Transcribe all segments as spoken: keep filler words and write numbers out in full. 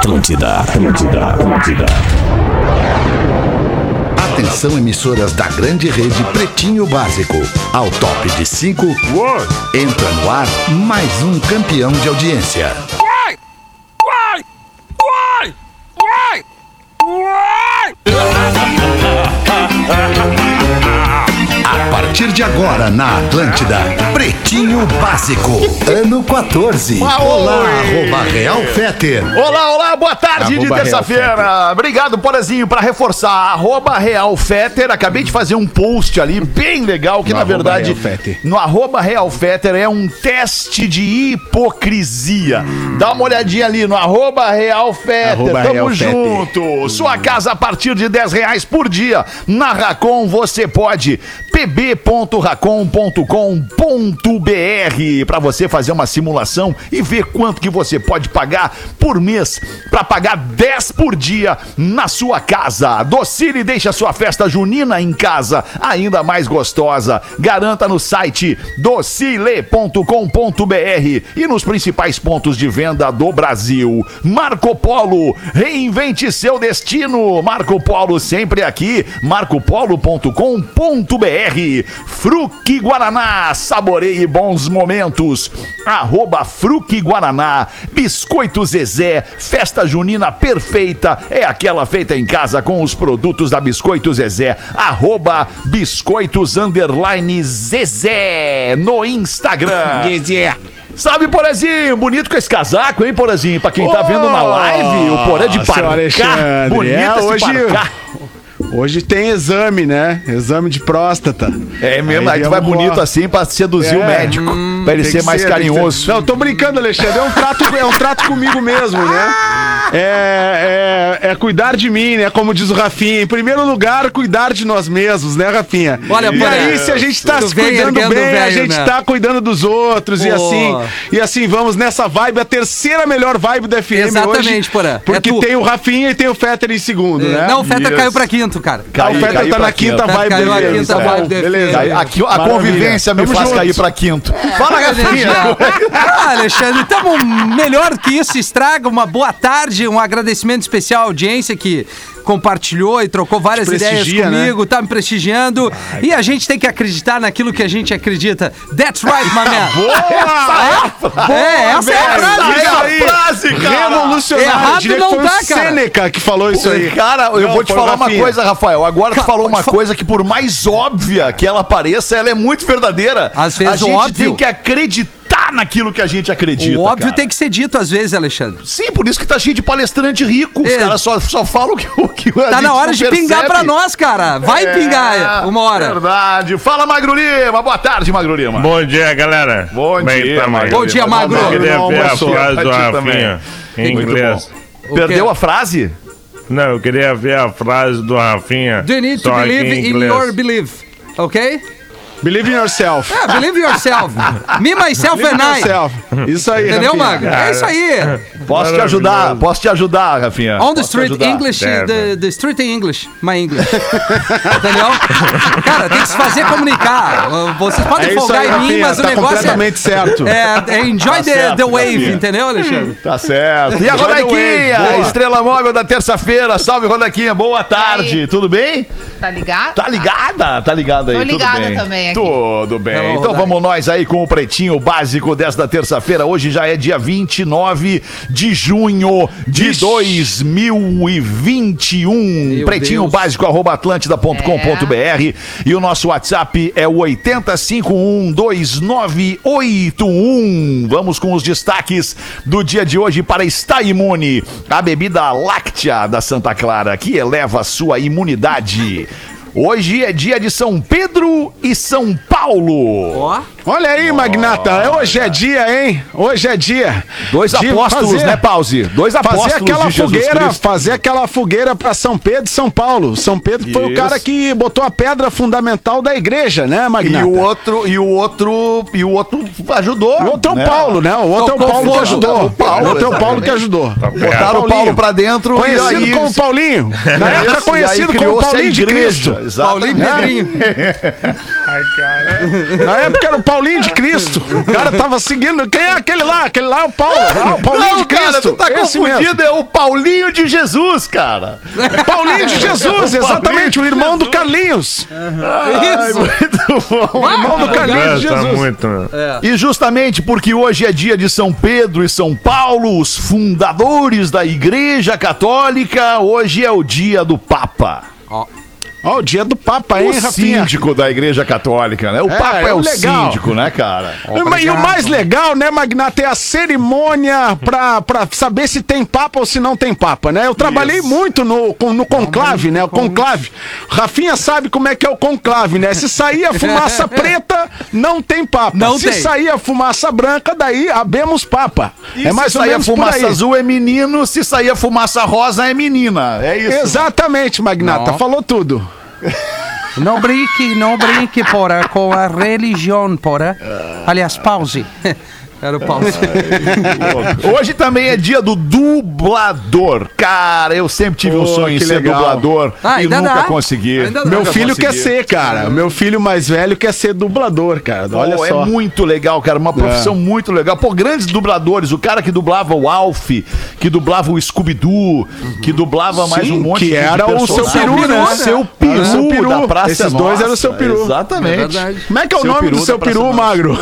Atlântida, Atlântida, Atlântida. Atenção, emissoras da grande rede Pretinho Básico. Ao top de cinco, entra no ar mais um campeão de audiência. Uai! Uai! Uai! Uai! Uai! A partir de agora na Atlântida, Pretinho Básico, ano quatorze. Olá, arroba Real Fetter. Olá, olá, boa tarde Arroba de terça-feira. Obrigado, Porazinho, para reforçar. Arroba Real Fetter. Acabei de fazer um post ali bem legal, que No na arroba verdade, Real Fetter. no arroba Real Fetter é um teste de hipocrisia. Dá uma olhadinha ali no arroba Real Fetter. Arroba Tamo Real junto. Sua casa a partir de dez reais por dia. Na Racon você pode. p b ponto racon ponto com ponto b r para você fazer uma simulação e ver quanto que você pode pagar por mês para pagar dez por dia na sua casa. Docile e deixa a sua festa junina em casa ainda mais gostosa. Garanta no site docile ponto com ponto b r e nos principais pontos de venda do Brasil. Marco Polo, reinvente seu destino. Marco Polo sempre aqui. marco polo ponto com ponto b r. Fruque Guaraná, saboreie bons momentos. Arroba Fruque Guaraná. Biscoito Zezé, festa junina perfeita. É aquela feita em casa com os produtos da Biscoito Zezé. Arroba Biscoitos underline Zezé no Instagram. Zezé. Sabe, Porazinho, bonito com esse casaco, hein, Porazinho? Pra quem tá vendo na live, o Porã de Parcá. Bonito é, esse hoje, Parcá. Hoje tem exame, né? Exame de próstata. É mesmo, aí, aí tu vai vamos bonito lá. assim pra seduzir É, o médico. hum, pra ele tem ser que mais ser, tem que carinhoso. ser. Não, tô brincando, Alexandre. É um trato, é um trato comigo mesmo, né? É, é, é cuidar de mim, né? Como diz o Rafinha. Em primeiro lugar, cuidar de nós mesmos, né, Rafinha? Olha, e Porã, aí, se a gente tá tu se vem cuidando erguendo bem, o velho, a gente né? tá cuidando dos outros. E Pô. assim, e assim, vamos nessa vibe, a terceira melhor vibe da F M Exatamente, hoje. Porã. É Porque tu. tem o Rafinha e tem o Fetter em segundo, né? Não, o Fetter Isso. caiu pra quinto, cara. Ah, o Fetter caiu tá pra na quinta quinta. vibe Caiu a dele. quinta Tá bom, vibe dele. beleza. Aí, aqui, a Maravilha. convivência me Tamo faz juntos. cair pra quinto. Fala, Rafinha. Ah, Alexandre, então melhor que isso, estraga uma boa tarde, um agradecimento especial à audiência que compartilhou e trocou várias Te ideias prestigia, comigo, tá me prestigiando. E a gente tem que acreditar naquilo que a gente acredita. That's right, my man. Boa! É, essa é a frase, Essa cara. é a frase, cara. Revolucionário. Errado Eu diria não que foi tá, o cara. Sêneca que falou isso aí. Cara, eu Não, vou te foi o falar uma Rafinha. coisa, Rafael. Agora tu Ca- falou uma pode fa- coisa que, por mais óbvia que ela pareça, ela é muito verdadeira. Às vezes a o gente óbvio- tem que acreditar naquilo que a gente acredita. O óbvio cara. tem que ser dito às vezes, Alexandre. Sim, por isso que tá cheio de palestrante rico. Os É. caras só, só falam o que, o que a Tá gente na hora não de percebe. pingar pra nós, cara. Vai É, pingar uma hora. Verdade. Fala, Magro Lima. Boa tarde, Magro Lima. Bom dia, galera. Bom Como é que dia, tá, Magro. Bom dia, Magro. Eu queria Não ver a almoçou. frase Pra do ti Rafinha em Muito inglês. O Perdeu quê? a frase? Não, eu queria ver a frase do Rafinha. Do you need to só aqui believe em in inglês. your belief? Ok? Believe in yourself. É, believe yourself. Me, myself Believe in and I. yourself. Isso aí, Entendeu, Rafinha. Magro? É isso aí. Posso te ajudar? Posso te ajudar, Rafinha? On the Posso te street ajudar? English, Deve. the, the street in English, my English. Entendeu? Cara, tem que se fazer comunicar. Vocês podem É isso folgar aí, em mim, Rafinha. mas o Tá negócio completamente certo. é, é enjoy Tá the, certo, the wave, Rafinha. entendeu, Alexandre? Tá certo. E a Joga o Rodequinha, wave, boa. estrela móvel da terça-feira. Salve, Rodequinha. Boa tarde. aí? Tudo bem? Tá ligado? Tá ligada? Tá ligada aí? Tô ligada Tudo bem? também aqui. Tudo bem. Vamos Então rodar. vamos nós aí com o Pretinho Básico desta terça-feira. Hoje já é dia vinte e nove de junho de dois mil e vinte e um. Meu Pretinho Deus. Básico, arroba atlântida ponto com ponto b r. E o nosso WhatsApp é o oito cinco um dois nove oito um. Vamos com os destaques do dia de hoje para Está Imune, a bebida láctea da Santa Clara, que eleva a sua imunidade. Hoje é dia de São Pedro e São Paulo. Ó. Olha aí, Magnata. Hoje é dia, hein? Hoje é dia. Dois de apóstolos, fazer- né, Pause? Dois apóstolos Fazer aquela de Jesus fogueira, Cristo. fazer aquela fogueira para São Pedro e São Paulo. São Pedro foi Isso. o cara que botou a pedra fundamental da igreja, né, E Magnata? o outro, e o outro, e o outro ajudou. O outro é o né? Paulo, né? O outro Tocou é o Paulo fogo. que ajudou. O Paulo, o outro é o Paulo exatamente. que ajudou. Botaram o Paulo pra dentro Conhecido e aí... como Paulinho. Na época Isso, e aí conhecido como criou-se a Paulinho de igreja. Cristo. Exatamente. Paulinho Pedrinho. Ai, cara. Na época era o Paulinho de Cristo. O cara tava seguindo. Quem é aquele lá? Aquele lá é o Paulo. Ah, o Paulinho Não, de Cristo. cara, tu tá Esse confundido, mesmo. é o Paulinho de Jesus, cara. Paulinho de Jesus, exatamente, o irmão do Carlinhos. Ai, muito bom. O irmão do Carlinhos de Tá Jesus. muito, né? E justamente porque hoje é dia de São Pedro e São Paulo, os fundadores da Igreja Católica, hoje é o dia do Papa. Ó, o dia do Papa, hein, O Rafinha? síndico da Igreja Católica, né? O É, Papa é, é o legal. síndico, né, cara? E o mais legal, né, Magnata, é a cerimônia pra, pra saber se tem Papa ou se não tem Papa, né? Eu trabalhei Isso. muito no, com- no conclave, né? O conclave. Rafinha sabe como é que é o conclave, né? Se sair a fumaça preta, não tem Papa. Não se tem. sair a fumaça branca, daí abemos Papa. E é mais se ou sair a menos por fumaça aí. azul é menino, se sair a fumaça rosa é menina. É isso. Exatamente, Magnata, Não. falou tudo. Não brinque, não brinque, porra, com a religião, porra. Aliás, pause. Era o pause. Hoje também é dia do dublador. Cara, eu sempre tive um Pô, sonho em que ser legal. dublador Ah, e ainda nunca dá. consegui. Ainda dá. Meu Nunca filho consegui. quer ser, cara. Meu filho mais velho quer ser dublador, cara. Olha Pô, só. é muito legal, cara. Uma profissão muito legal. Pô, grandes dubladores. O cara que dublava o Alf, que dublava o Scooby-Doo, que dublava mais Sim, um monte que de era o seu personagem. peru, né? O seu peru, Era o seu peru. da Praça Esses dois Nossa. eram o seu peru. Exatamente. É verdade. Como é que é o Seu nome peru do seu da Praça peru, Nossa. Magro?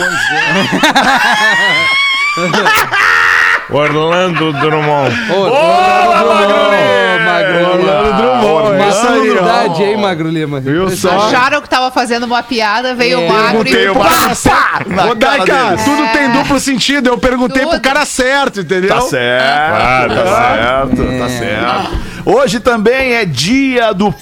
Orlando Drummond. Magro Drummond, Lima. é isso aí, ó. Maturidade, hein, Magro Lima? Viu só? Acharam que tava fazendo uma piada, veio É. o magro e... Perguntei o Magro, pá, na Ô, Daica, cara dele. tudo tem duplo sentido. Eu perguntei pro Tudo. cara certo, entendeu? Tá certo, Ah, tá tá certo, tá certo. Hoje também é dia do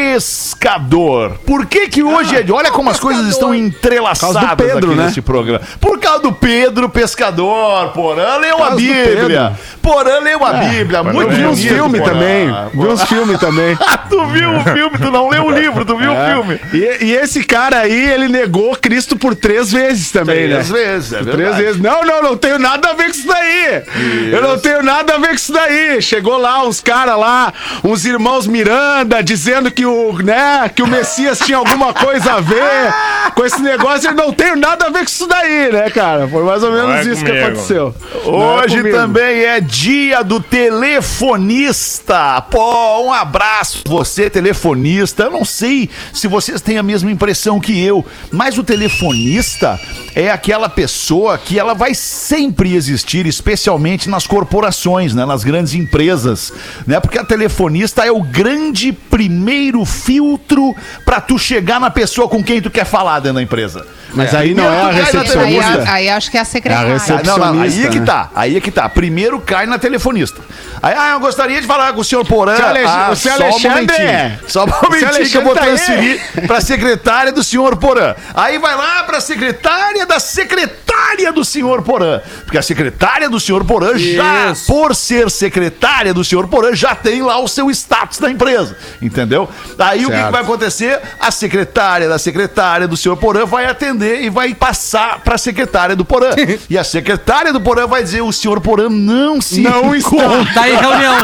pescador. Por que que hoje é dia? Olha como as coisas estão entrelaçadas Por causa do Pedro, aqui né? nesse programa. Por causa do Pedro Pescador. Porã leu a causa do Bíblia. Porã leu a Bíblia. Eu Muito vi uns bonito, filmes Porã. também. Vi uns filmes também. Tu viu o filme, tu não leu o livro, tu viu o filme. E, e esse cara aí, ele negou Cristo por três vezes também, Três né? vezes, é Três verdade. vezes. Não, não, não tenho nada a ver com isso daí. Eu não tenho nada a ver com isso daí. Chegou lá uns caras lá, uns irmãos Miranda, dizendo que o, né, que o Messias tinha alguma coisa a ver com esse negócio. Eu não tenho nada a ver com isso daí, né, cara? Foi mais ou menos Não é isso que comigo. aconteceu. Não é Hoje comigo. também é dia do telefonista. Pô, um abraço você, telefonista. Eu não sei se vocês têm a mesma impressão que eu, mas o telefonista é aquela pessoa que ela vai sempre existir, especialmente nas corporações, né, nas grandes empresas, né? Porque a telefonista é o grande primeiro filtro pra tu chegar na pessoa com quem tu quer falar dentro da empresa. Mas aí não é a Primeiro tu cai na Aí, recepcionista. aí acho que é a secretária. É a recep- Ah, não, não, aí é que Recepcionista, tá, aí é que tá. Primeiro cai na telefonista. Aí, ah, eu gostaria de falar com o senhor Porã. Seu Alex- ah, o seu só um Alexandre momentinho. é. Só um O seu momentinho que eu vou Alexandre tá aí. transferir pra secretária do senhor Porã. Aí vai lá pra secretária da secretária do senhor Porã. Porque a secretária do senhor Porã já, Isso. por ser secretária do senhor Porã, já tem lá o seu status da empresa. Entendeu? Aí o que, Certo. que vai acontecer? A secretária da secretária do senhor Porã vai atender e vai passar pra secretária do Porã. E a secretária do Porã vai dizer: o senhor Porã não se Não está. encontra. Tá em reunião.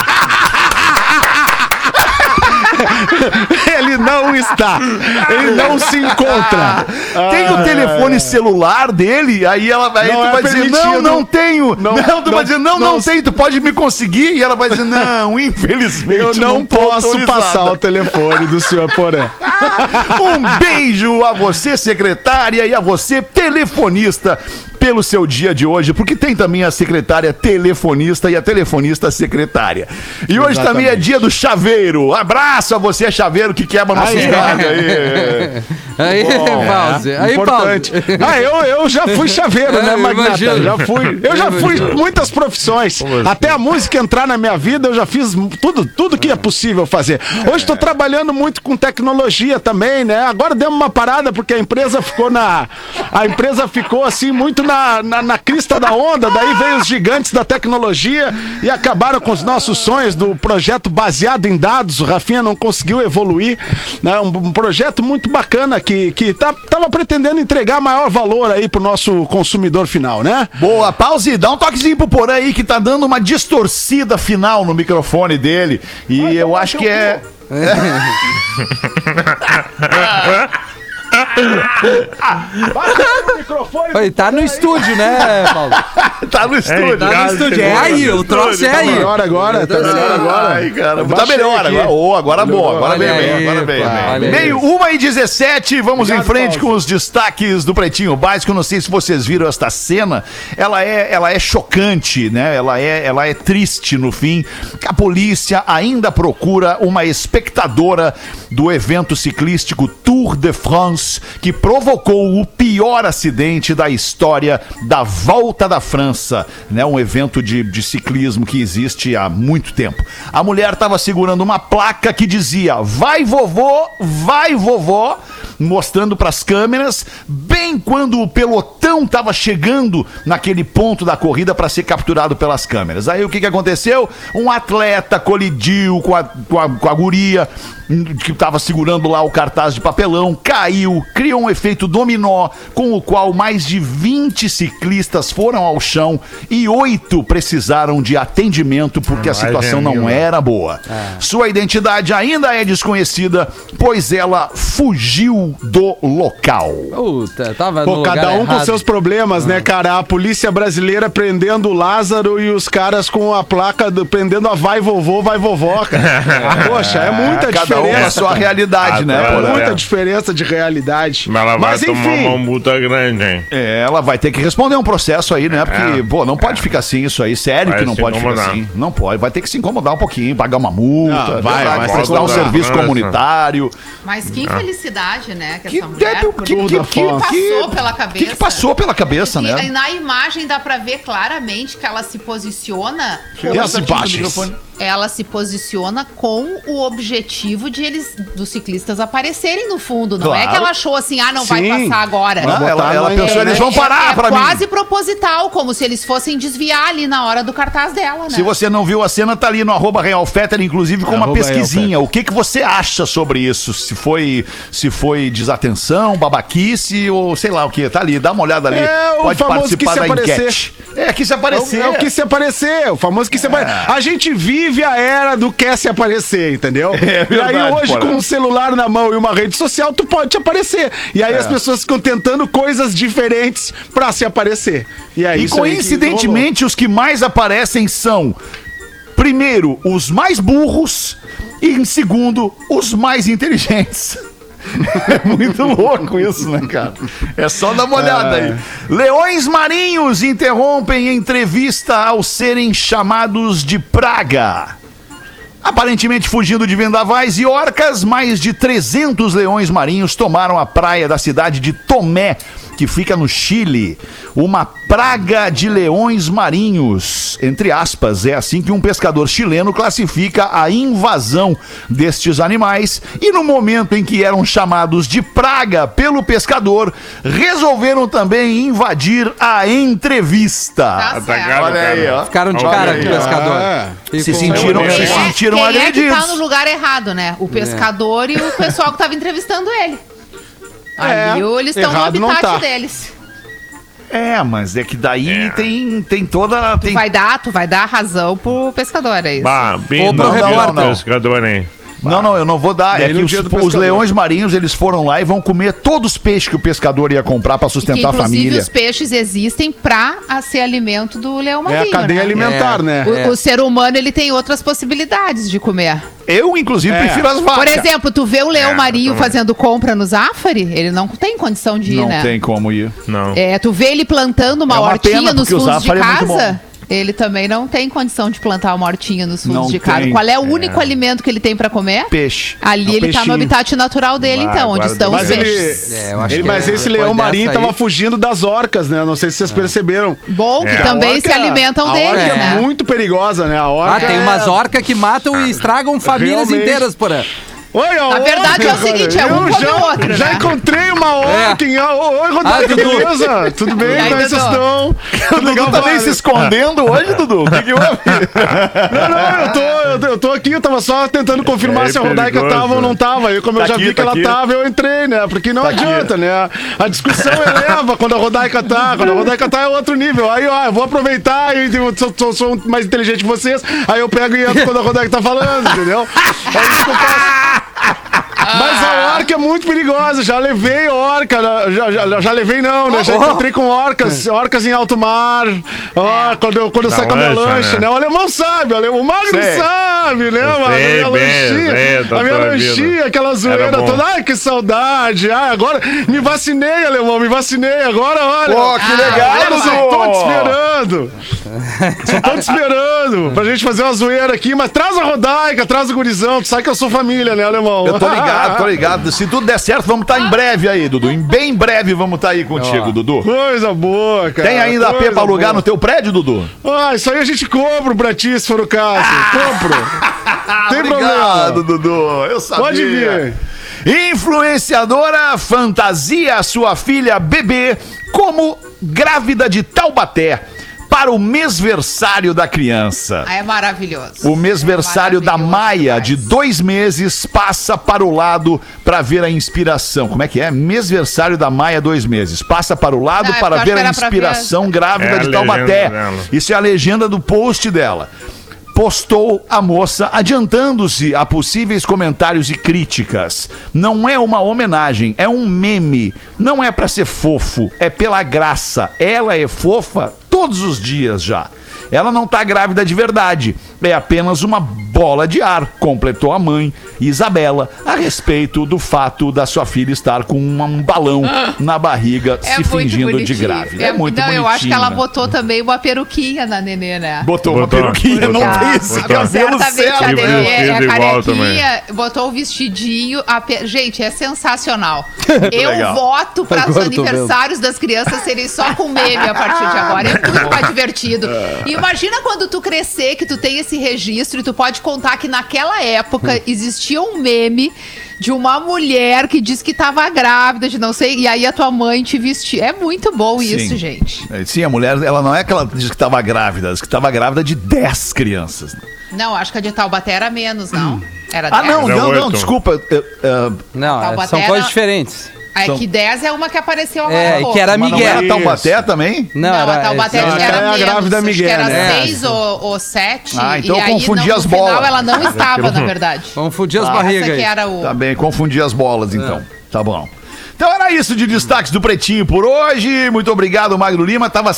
Ele não está. Ele não se encontra. Tem o telefone celular dele, aí ela vai, Não tu é vai dizer, permitido. não, não tenho. Não, Não, tu não, vai dizer, não, não, não. tem, tu pode me conseguir. E ela vai dizer, não, infelizmente Eu não tô posso autorizada. passar o telefone do senhor Porã. Um beijo a você, secretária, e a você, telefonista, pelo seu dia de hoje, porque tem também a secretária telefonista e a telefonista secretária. E hoje Exatamente. também é dia do chaveiro. Abraço a você, chaveiro, que quebra nossos Aí, galhos aí. Aí, pause. Aí, Importante. pause. Ah, eu, eu já fui chaveiro, É, né, eu Magnata? imagino. Já fui. Eu já fui em muitas profissões. Até a música entrar na minha vida, eu já fiz tudo, tudo que é possível fazer. Hoje estou trabalhando muito com tecnologia também, né? Agora demos uma parada porque a empresa ficou na. A empresa ficou assim, muito na, na, na crista da onda. Daí veio os gigantes da tecnologia e acabaram com os nossos sonhos do projeto baseado em dados. O Rafinha não conseguiu evoluir. Né? Um, um projeto muito bacana que, que tá, tava pretendendo entregar maior valor aí pro nosso consumidor final, né? Boa, pause, dá um toquezinho pro Porã aí que tá dando uma distorcida final no microfone dele. E eu acho que é. Oi, tá no estúdio, né, Paulo? Tá no estúdio. Tá no estúdio. É aí, o troço é Tá aí. melhor agora, tá melhor agora. Ai, cara, tá Baixei melhor aqui. agora. Ô, agora bom, agora Olha bem, aí, agora bem. pá, bem. olha aí. Meio uma e dezessete, vamos Obrigado, em frente Paulo. com os destaques do Pretinho Básico. Não sei se vocês viram esta cena. Ela é, ela é chocante, né? Ela é, ela é triste no fim. A polícia ainda procura uma espectadora do evento ciclístico Tour de France que provocou o pior acidente da história da Volta da França, né? Um evento de, de ciclismo que existe há muito tempo. A mulher estava segurando uma placa que dizia: vai vovô, vai vovó, mostrando para as câmeras, bem quando o pelotão estava chegando naquele ponto da corrida para ser capturado pelas câmeras. Aí o que, que aconteceu? Um atleta colidiu com a, com a, com a guria que estava segurando lá o cartaz de papelão, caiu, criou um efeito dominó, com o qual mais de vinte ciclistas foram ao chão e oito precisaram de atendimento porque a situação não era boa. Sua identidade ainda é desconhecida, pois ela fugiu do local. Puta, tava Pô, no cada lugar um com errado. seus problemas, né, cara? A polícia brasileira prendendo o Lázaro e os caras com a placa do, prendendo a vai vovô, vai vovó, cara. Poxa, é muita Cada diferença. um com a sua cara. realidade, Ah, né? tá, Porã? é. Muita diferença de realidade. Mas ela vai Mas tomar enfim, uma multa grande, hein? É, ela vai ter que responder um processo aí, né? Porque, É. pô, não pode ficar assim isso aí. Sério Vai que não se pode ficar incomodar. assim. Não pode. Vai ter que se incomodar um pouquinho, pagar uma multa, Não, vai, verdade, vai se prestar um incomodar. serviço Nossa. comunitário. Mas que infelicidade, né? Que, Que essa mulher. deve- porque que- o que- que passou que- pela O cabeça. que, que passou pela cabeça, E, né? e na imagem dá pra ver claramente que ela se posiciona. E as imagens? Ela se posiciona com o objetivo de eles, dos ciclistas aparecerem no fundo. Não é Claro. que ela achou assim, ah, não vai Sim. passar agora. Não, ela, botar ela na pensou, internet. eles vão parar é, pra é mim. quase proposital, como se eles fossem desviar ali na hora do cartaz dela, né? Se você não viu a cena, tá ali no arroba Real Fetter, inclusive com uma Arroba pesquisinha. O que, que você acha sobre isso? Se foi, se foi desatenção, babaquice ou sei lá o que. Tá ali, dá uma olhada ali. É, o Pode famoso participar que se da aparecer. enquete. É, que se É o, aparecer. é o que se aparecer, o famoso que se aparecer. A gente vive a era do quer se aparecer, entendeu? É verdade, e aí hoje, Porã. com um celular na mão e uma rede social, tu pode te aparecer. E aí as pessoas ficam tentando coisas diferentes pra se aparecer. E, é E isso aí que coincidentemente, os que mais aparecem são, primeiro, os mais burros e, em segundo, os mais inteligentes. É muito louco isso, né, cara? É só dar uma olhada aí. Leões marinhos interrompem entrevista ao serem chamados de praga. Aparentemente fugindo de vendavais e orcas, mais de trezentos leões marinhos tomaram a praia da cidade de Tomé, que fica no Chile. Uma praga de leões marinhos, entre aspas, é assim que um pescador chileno classifica a invasão destes animais. E no momento em que eram chamados de praga pelo pescador, resolveram também invadir a entrevista. Tá Atacaram certo. Olha aí, ó. Ficaram de Olha cara aí, com o ó. pescador. Ah. Ficou- Se sentiram, Quem se é- sentiram Quem é que agredidos. tá no lugar errado, né? O pescador e o pessoal que tava entrevistando ele. É, Ali eles estão no errado não habitat tá. deles. É, mas é que daí É. tem, tem toda. Tem... Vai dar, tu vai dar razão pro pescador, é isso. Bah, bem Ou pro no dia repórter. do pescador, hein? Não, não, eu não vou dar. Daí É que no os, dia do os pescador. leões marinhos, eles foram lá e vão comer todos os peixes que o pescador ia comprar pra Que sustentar a inclusive família. os peixes existem pra a ser alimento do leão É marinho, a cadeia né? alimentar, É. né? O, É. o ser humano, ele tem outras possibilidades de comer. Eu, inclusive, É. prefiro as vacas. Por exemplo, tu vê o leão É, marinho eu também. fazendo compra no Zafari, ele não tem condição de ir, Não né? tem como ir. Não. É, tu vê ele plantando uma, É uma hortinha pena, nos porque o fundos de Zafari é muito casa, ele também não tem condição de plantar uma hortinha nos fundos Não de casa. tem. Qual é o único alimento que ele tem pra comer? Peixe. Ali É o ele tá no peixinho. habitat natural dele, Ah, então, onde agora estão os Mas ele, peixes. É, eu acho ele- que mas é, esse depois leão marinho dessa aí- tava fugindo das orcas, né? Não sei se vocês perceberam. Bom, que É. também A orca- se alimentam a dele, orca é né? muito perigosa, né? A orca Ah, tem é- umas orcas que matam e estragam famílias Realmente. inteiras, porra. Oi, ó, Na verdade é o seguinte, é um eu come já, o outro, já né? encontrei uma orca em... Oi, Ah, Rodaica, Dudu. beleza? Tudo bem? E aí, Como é que vocês Dudu? estão? O Dudu Legal, tá meio vale. se escondendo hoje, Dudu. O que que houve? Não, não, eu tô, eu, tô- eu tô aqui, eu tava só tentando confirmar É se a Rodaica perigoso. tava ou não tava. E como Tá eu já aqui, vi que tá ela aqui. tava, eu entrei, né? Porque não Tá aqui. adianta, né? A discussão eleva quando a Rodaica tá. Quando a Rodaica tá é outro nível. Aí, ó, eu vou aproveitar e eu sou, sou- sou mais inteligente que vocês. Aí eu pego e entro quando a Rodaica tá falando, entendeu? É isso que eu faço. Mas A orca é muito perigosa, já levei orca, já, já, já levei não, né? Já encontrei com orcas, orcas em alto mar, ó, quando eu, quando eu saio com a minha lancha, né? O alemão sabe, o, alemão, o Magro Sei. sabe, né, Eu mano? A sei minha bem, lanchinha, sei, tô a minha ouvindo. lanchinha, aquela zoeira Era bom. toda, ai, que saudade, ai, agora me vacinei, alemão, me vacinei, agora, olha. Pô, que legal, Eles Dudu. estão te esperando. Só tô te esperando pra gente fazer uma zoeira aqui, mas traz a Rodaica, traz o gurizão, tu sabe que eu sou família, né, alemão? Eu tô ligado, tô ligado. Se tudo der certo, vamos estar em breve aí, Dudu. Em bem breve vamos estar aí contigo, Dudu. Coisa boa, cara. Tem ainda A P coisa pra alugar boa. no teu prédio, Dudu? Ah, isso aí a gente compra pra ti, se for o caso. Compro. Tem Obrigado, problema. Dudu. Eu sabia. Pode vir. Influenciadora fantasia sua filha bebê como grávida de Taubaté para o mêsversário da criança. Ah, é maravilhoso. O mêsversário É da Maia, demais. de dois meses, passa para o lado para ver a inspiração. Como é que é? Mêsversário da Maia, dois meses. Passa para o lado Não, é para porque eu ver a acho que era pra inspiração grávida É a de legenda Taubaté. dela. Isso é a legenda do post dela. Postou a moça adiantando-se a possíveis comentários e críticas. Não é uma homenagem, é um meme. Não é pra ser fofo, é pela graça. Ela é fofa todos os dias já. Ela não tá grávida de verdade, é apenas uma bola de ar, completou a mãe, Isabela, a respeito do fato da sua filha estar com um, um balão na barriga, É se muito fingindo de bonitinho. grávida. É muito Não, bonitinho. eu acho que ela né? botou também uma peruquinha na nenê, né? Botou uma Botou. peruquinha, não Botou. tem esse Botou. cabelo Certamente a certo. E nenê é vestido igual carequinha, botou o vestidinho. A pe... Gente, é sensacional. Eu legal. voto para os Agora eu tô aniversários das crianças serem só com meme a partir de agora. É muito mais divertido. E imagina quando tu crescer, que tu tem esse registro e tu pode contar que naquela época existia um meme de uma mulher que disse que tava grávida, de não sei, e aí a tua mãe te vestia. É muito bom isso, Sim. gente. É, Sim, a mulher, ela não é que ela diz que estava grávida, diz que estava grávida de dez crianças. Não, acho que a de Taubaté era menos, não? Era Ah, dez? não, Era não, não, oito. desculpa. eu- eu- Não, é, Taubaté são era- coisas diferentes. É São- que dez é uma que apareceu agora. É, há pouco. que era Mas não Miguel. era Taubaté também? Não, Não, era, a Taubaté é, acho que era é a menos, grávida acho que Miguel, era né? seis ou, ou sete. Ah, então e eu aí, confundi não, as no bolas. final ela não estava, na verdade. Vamos fudir as Essa barrigas que aí. era o... Tá bem, confundi as bolas então. Tá bom. Então era isso de destaques do Pretinho por hoje. Muito obrigado, Magro Lima. Tava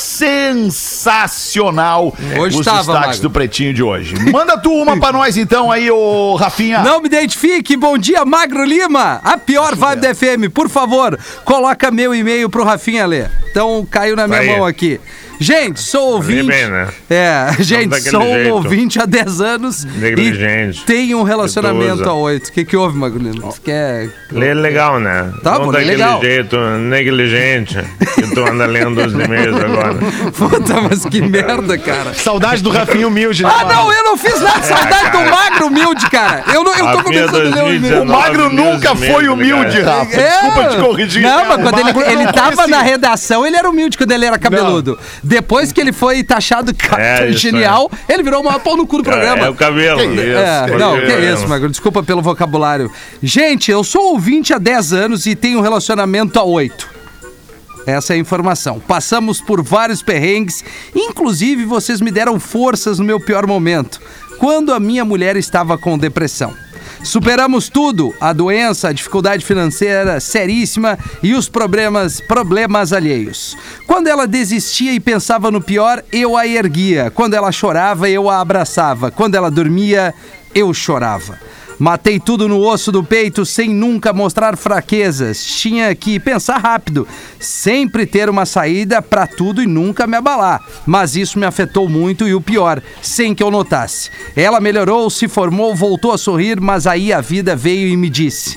sensacional Hoje os tava, destaques Magro. do Pretinho de hoje. Manda tu uma pra nós então aí, ô Rafinha. Não me identifique, bom dia, Magro Lima. A pior vibe da F M, por favor, coloca meu e-mail pro Rafinha ler. Então caiu na minha Aí. mão aqui. Gente, sou ouvinte. bem, né? É, gente, daquele sou jeito. ouvinte há dez anos. Negligente. E tenho um relacionamento Idosa. há oito. O que, que houve, Magro Lima? Você quer. Lê legal, né? Tá Não bom, daquele legal. jeito negligente que tu anda lendo os e-mails agora. Puta, mas que merda, cara. Saudade do Rafinho humilde, né? Ah, não, eu não fiz nada. Saudade do Magro humilde, cara. Eu, não, eu tô Rafinha começando a ler o e-mail. O Magro dois mil e nunca dezenove, foi humilde, cara. Rafa. É. Desculpa te corrigir. Não, mas quando ele, Magro ele não tava conhecia. na redação, ele era humilde quando ele era cabeludo. Depois que ele foi taxado ca- É, isso genial, ele virou o maior pau no cu do programa. É o cabelo. Que isso? É, Foi não, o que cabelo. isso, Magro. Desculpa pelo vocabulário. Gente, eu sou ouvinte há dez anos e tenho um relacionamento há oito. Essa é a informação. Passamos por vários perrengues, inclusive vocês me deram forças no meu pior momento, quando a minha mulher estava com depressão. Superamos tudo, a doença, a dificuldade financeira seríssima e os problemas, problemas alheios. Quando ela desistia e pensava no pior, eu a erguia. Quando ela chorava, eu a abraçava. Quando ela dormia, eu chorava. Matei tudo no osso do peito sem nunca mostrar fraquezas. Tinha que pensar rápido, sempre ter uma saída pra tudo e nunca me abalar. Mas isso me afetou muito e o pior, sem que eu notasse. Ela melhorou, se formou, voltou a sorrir, mas aí a vida veio e me disse: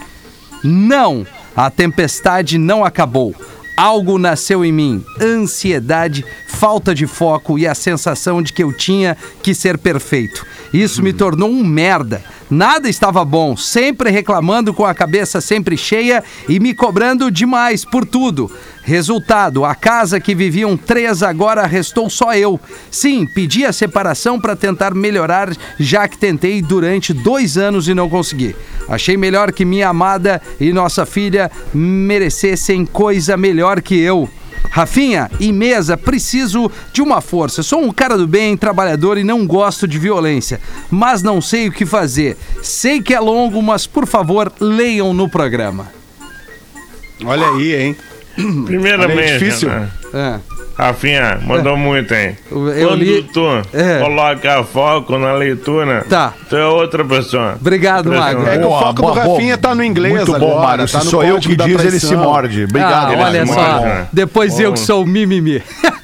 não, a tempestade não acabou. Algo nasceu em mim, ansiedade, falta de foco e a sensação de que eu tinha que ser perfeito. Isso me tornou um merda. Nada estava bom, sempre reclamando com a cabeça sempre cheia e me cobrando demais por tudo. Resultado, a casa que viviam três agora restou só eu. Sim, pedi a separação para tentar melhorar, já que tentei durante dois anos e não consegui. Achei melhor que minha amada e nossa filha merecessem coisa melhor que eu. Rafinha e mesa, preciso de uma força. Sou um cara do bem, trabalhador e não gosto de violência, mas não sei o que fazer. Sei que é longo, mas por favor, leiam no programa. Olha aí, hein? Primeiramente, Olha aí, difícil. né? É. Rafinha, mandou É. muito, hein? Eu- eu Quando li- tu É. coloca foco na leitura, Tá. tu é outra pessoa. Obrado, Magro. É que o Boa, foco do boa, boa. Rafinha tá no inglês Muito agora. bom, Mário. Tá Se no sou eu código que da diz, ele se traição. morde. Obrigado, Ah, Guilherme. olha Muito só, bom. depois eu que sou o mimimi.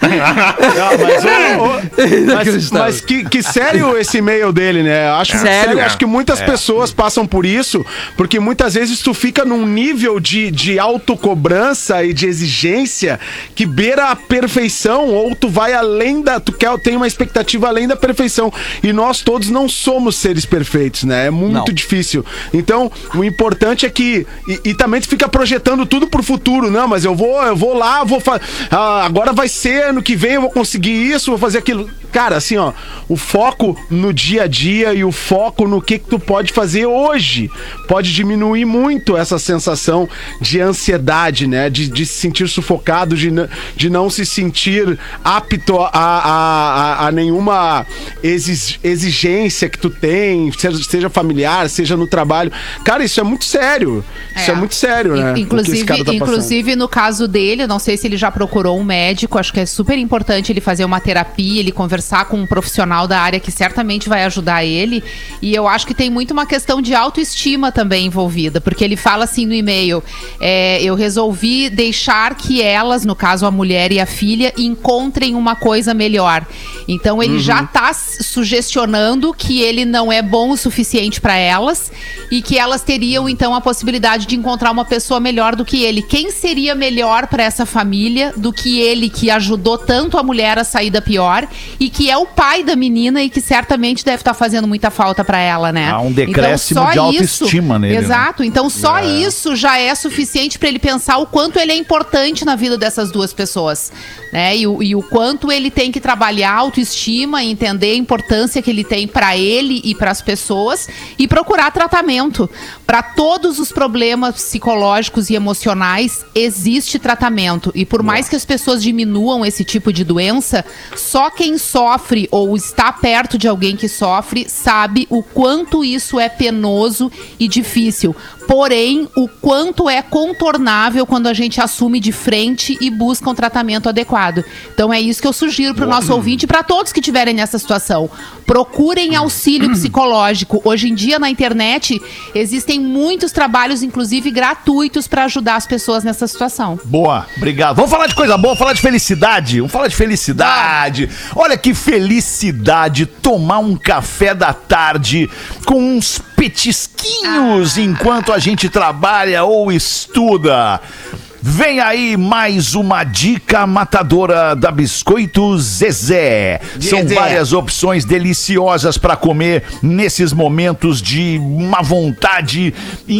Não, mas, ô, ô, mas, Inacreditável. mas que, que sério esse e-mail dele, né? Acho Sério? sério. Acho que muitas pessoas passam por isso, porque muitas vezes tu fica num nível de, de autocobrança e de exigência que beira a perfeição, ou tu vai além da. Tu quer, tem uma expectativa além da perfeição. E nós todos não somos seres perfeitos, né? É muito Não. difícil. Então, o importante é que. E, e também tu fica projetando tudo pro futuro. Não, mas eu vou, eu vou lá, vou fazer. Ah, agora vai ser, ano que vem eu vou conseguir isso, vou fazer aquilo. Cara, assim, ó, o foco no dia a dia e o foco no que, que tu pode fazer hoje pode diminuir muito essa sensação de ansiedade, né? De, de se sentir sufocado, de, n- de não se sentir apto a, a, a, a nenhuma exi- exigência que tu tem, seja, seja familiar, seja no trabalho. Cara, isso é muito sério. Isso é, É. muito sério, né? In- o que esse Inclusive, cara tá passando. inclusive, no caso dele, eu não sei se ele já procurou um médico, acho que é super importante ele fazer uma terapia, ele conversar com um profissional da área que certamente vai ajudar ele. E eu acho que tem muito uma questão de autoestima também envolvida, porque ele fala assim no e-mail: é, eu resolvi deixar que elas, no caso a mulher e a filha, encontrem uma coisa melhor. Então ele já tá sugestionando que ele não é bom o suficiente para elas e que elas teriam então a possibilidade de encontrar uma pessoa melhor do que ele. Quem seria melhor para essa família do que ele, que ajudou tanto a mulher a sair da pior e que é o pai da menina e que certamente deve estar fazendo muita falta para ela, né? Há um decréscimo Então, só de autoestima isso, nele, né? Exato. Então só isso já é suficiente para ele pensar o quanto ele é importante na vida dessas duas pessoas, né? E o, e o quanto ele tem que trabalhar a autoestima, entender a importância que ele tem para ele e para as pessoas e procurar tratamento. Para todos os problemas psicológicos e emocionais existe tratamento. E por mais que as pessoas diminuam esse tipo de doença, só quem sofre ou está perto de alguém que sofre sabe o quanto isso é penoso e difícil. Porém, o quanto é contornável quando a gente assume de frente e busca um tratamento adequado. Então é isso que eu sugiro para o nosso ouvinte e para todos que estiverem nessa situação. Procurem auxílio psicológico. Hoje em dia na internet existem muitos trabalhos, inclusive gratuitos, para ajudar as pessoas nessa situação. Boa, obrigado. Vamos falar de coisa boa, falar de felicidade. Vamos falar de felicidade. Olha que felicidade tomar um café da tarde com uns petisquinhos enquanto a gente trabalha ou estuda. Vem aí mais uma dica matadora da Biscoito Zezé. São Zezé. várias opções deliciosas para comer nesses momentos de uma vontade